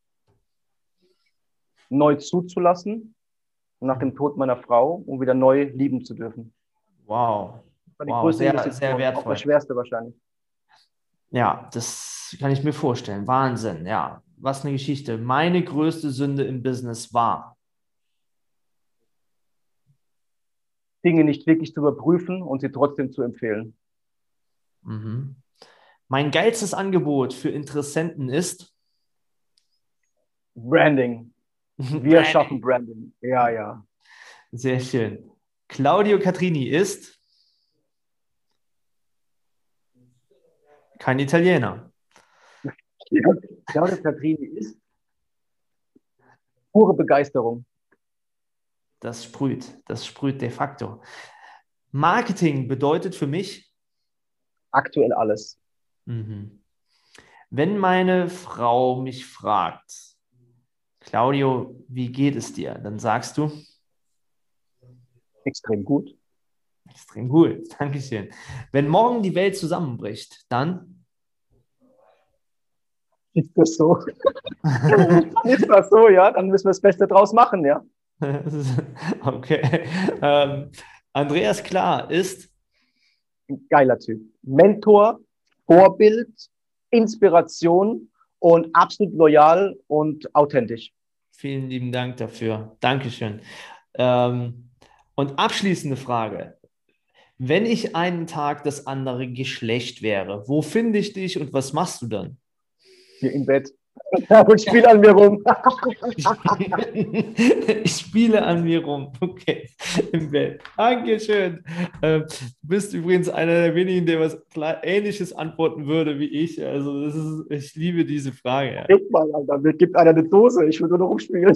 Neu zuzulassen nach dem Tod meiner Frau, um wieder neu lieben zu dürfen. wow, Das war die wow, größte sehr, sehr Investition, auch das wertvoll. schwerste wahrscheinlich. Ja, das kann ich mir vorstellen. Wahnsinn, ja. Was eine Geschichte. Meine größte Sünde im Business war. Dinge nicht wirklich zu überprüfen und sie trotzdem zu empfehlen. Mhm. Mein geilstes Angebot für Interessenten ist Branding. Wir schaffen Branding. Branding. Ja, ja. Sehr schön. Claudio Catrini ist kein Italiener. Claudia Catrini ist pure Begeisterung. Das sprüht de facto. Marketing bedeutet für mich, Aktuell alles. mhm. Wenn meine Frau mich fragt, Claudio, wie geht es dir? Dann sagst du, Extrem gut. extrem gut, Dankeschön. Wenn morgen die Welt zusammenbricht, dann, Ist das so? Ist das so, ja? Dann müssen wir das Beste draus machen, ja? okay. Ähm, Andreas Klar ist, Ein geiler Typ. Mentor, Vorbild, Inspiration und absolut loyal und authentisch. vielen lieben Dank dafür. Dankeschön. Ähm, und abschließende Frage. Wenn ich einen Tag das andere Geschlecht wäre, wo finde ich dich und was machst du dann? Hier im Bett. Und spiel an mir rum. Ich spiele an mir rum. Okay, im Bett. Dankeschön. Du bist übrigens einer der wenigen, der was Ähnliches antworten würde wie ich. Also, ich liebe diese Frage. Guck mal, Alter, mir gibt einer eine Dose. Ich will nur noch rumspielen.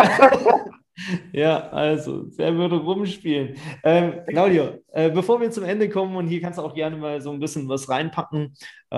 Ja, also, wer würde rumspielen? Claudio, bevor wir zum Ende kommen, und hier kannst du auch gerne mal so ein bisschen was reinpacken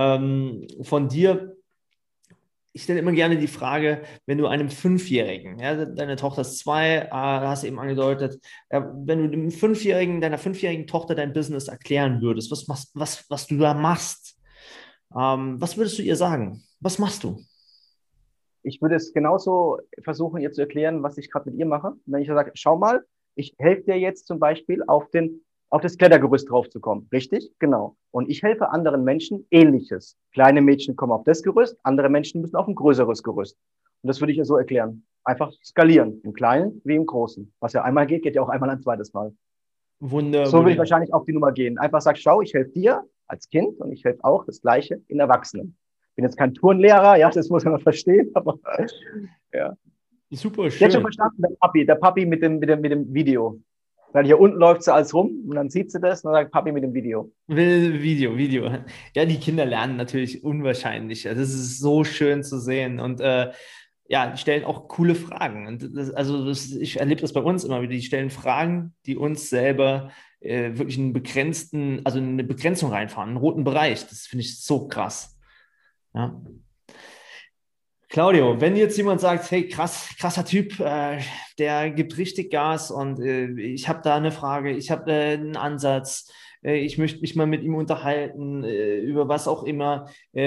von dir. Ich stelle immer gerne die Frage, wenn du einem Fünfjährigen, ja, deine Tochter ist 2, hast du eben angedeutet, wenn du dem deiner fünfjährigen Tochter dein Business erklären würdest, was du da machst, was würdest du ihr sagen? Was machst du? Ich würde es genauso versuchen, ihr zu erklären, was ich gerade mit ihr mache. Wenn ich sage, schau mal, ich helfe dir jetzt zum Beispiel auf das Klettergerüst draufzukommen. Richtig? Genau. Und ich helfe anderen Menschen Ähnliches. Kleine Mädchen kommen auf das Gerüst, andere Menschen müssen auf ein größeres Gerüst. Und das würde ich ihr so erklären. Einfach skalieren, im Kleinen wie im Großen. Was ja einmal geht, geht ja auch einmal ein zweites Mal. So würde ich Wunderbar. wahrscheinlich auf die Nummer gehen. Einfach sag, schau, ich helfe dir als Kind und ich helfe auch das Gleiche in Erwachsenen. Bin jetzt kein Turnlehrer, ja, das muss man verstehen, aber ja. Super Jetzt schon schön. verstanden, der Papi mit dem Video. Weil hier unten läuft sie alles rum und dann sieht sie das und dann sagt Papi mit dem Video. Video. Ja, die Kinder lernen natürlich unwahrscheinlich. Das ist so schön zu sehen. Und ja, die stellen auch coole Fragen. Und ich erlebe das bei uns immer wieder. Die stellen Fragen, die uns selber wirklich also eine Begrenzung reinfahren, einen roten Bereich. Das finde ich so krass. Ja. Claudio, wenn jetzt jemand sagt, hey, krasser Typ, der gibt richtig Gas und ich habe da eine Frage, ich habe einen Ansatz, ich möchte mich mal mit ihm unterhalten, über was auch immer.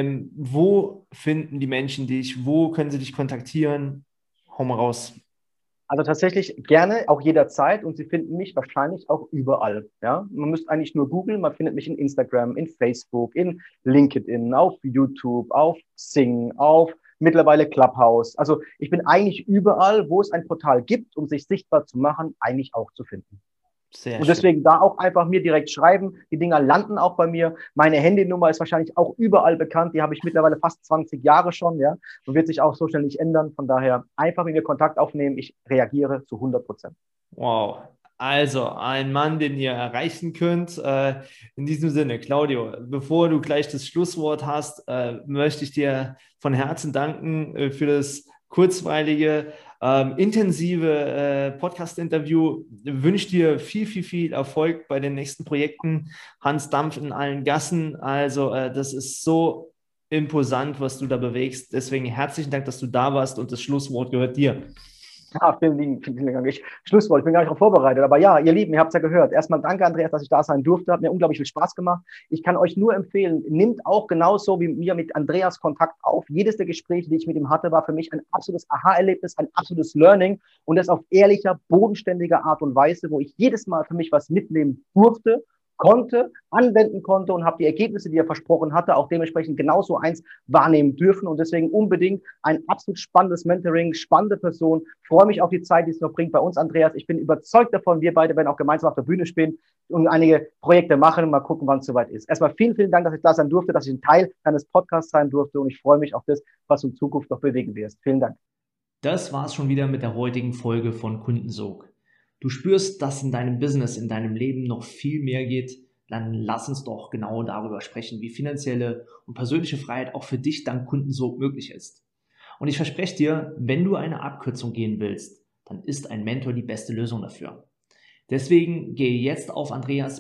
Wo finden die Menschen dich? Wo können sie dich kontaktieren? Hau mal raus. Also tatsächlich gerne, auch jederzeit und Sie finden mich wahrscheinlich auch überall. Ja? Man müsste eigentlich nur googeln, man findet mich in Instagram, in Facebook, in LinkedIn, auf YouTube, auf Sing, auf mittlerweile Clubhouse. Also ich bin eigentlich überall, wo es ein Portal gibt, um sich sichtbar zu machen, eigentlich auch zu finden. Sehr Und schön. deswegen da auch einfach mir direkt schreiben. Die Dinger landen auch bei mir. Meine Handynummer ist wahrscheinlich auch überall bekannt. Die habe ich mittlerweile fast 20 Jahre schon, ja. Und wird sich auch so schnell nicht ändern. Von daher einfach mit mir Kontakt aufnehmen. Ich reagiere zu 100%. Wow. Also, ein Mann, den ihr erreichen könnt. In diesem Sinne, Claudio, bevor du gleich das Schlusswort hast, möchte ich dir von Herzen danken für das kurzweilige, intensive Podcast-Interview. Wünsche dir viel Erfolg bei den nächsten Projekten. Hans Dampf in allen Gassen. Also, das ist so imposant, was du da bewegst. Deswegen herzlichen Dank, dass du da warst und das Schlusswort gehört dir. Ja, vielen Dank. Schlusswort, ich bin gar nicht darauf vorbereitet. Aber ja, ihr Lieben, ihr habt es ja gehört. Erstmal danke, Andreas, dass ich da sein durfte. Hat mir unglaublich viel Spaß gemacht. Ich kann euch nur empfehlen, nimmt auch genauso wie mir mit Andreas Kontakt auf. Jedes der Gespräche, die ich mit ihm hatte, war für mich ein absolutes Aha-Erlebnis, ein absolutes Learning und das auf ehrlicher, bodenständiger Art und Weise, wo ich jedes Mal für mich was mitnehmen durfte, konnte, anwenden konnte und habe die Ergebnisse, die er versprochen hatte, auch dementsprechend genauso eins wahrnehmen dürfen. Und deswegen unbedingt ein absolut spannendes Mentoring, spannende Person. Freue mich auf die Zeit, die es noch bringt bei uns, Andreas. Ich bin überzeugt davon, wir beide werden auch gemeinsam auf der Bühne spielen und einige Projekte machen. Mal gucken, wann es soweit ist. Erstmal vielen Dank, dass ich da sein durfte, dass ich ein Teil deines Podcasts sein durfte. Und ich freue mich auf das, was du in Zukunft noch bewegen wirst. Vielen Dank. Das war's schon wieder mit der heutigen Folge von Kundensog. Du spürst, dass in deinem Business, in deinem Leben noch viel mehr geht, dann lass uns doch genau darüber sprechen, wie finanzielle und persönliche Freiheit auch für dich dank Kundensog möglich ist. Und ich verspreche dir, wenn du eine Abkürzung gehen willst, dann ist ein Mentor die beste Lösung dafür. Deswegen gehe jetzt auf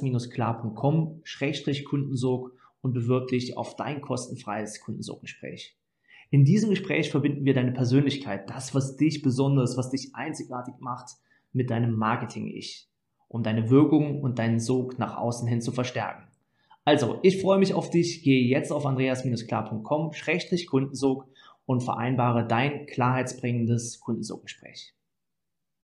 andreas-klar.com/Kundensog und bewirb dich auf dein kostenfreies Kundensoggespräch. In diesem Gespräch verbinden wir deine Persönlichkeit, das, was dich besonders, was dich einzigartig macht, mit deinem Marketing-Ich, um deine Wirkung und deinen Sog nach außen hin zu verstärken. Also, ich freue mich auf dich. Gehe jetzt auf andreas-klar.com/Kundensog und vereinbare dein klarheitsbringendes Kundensoggespräch.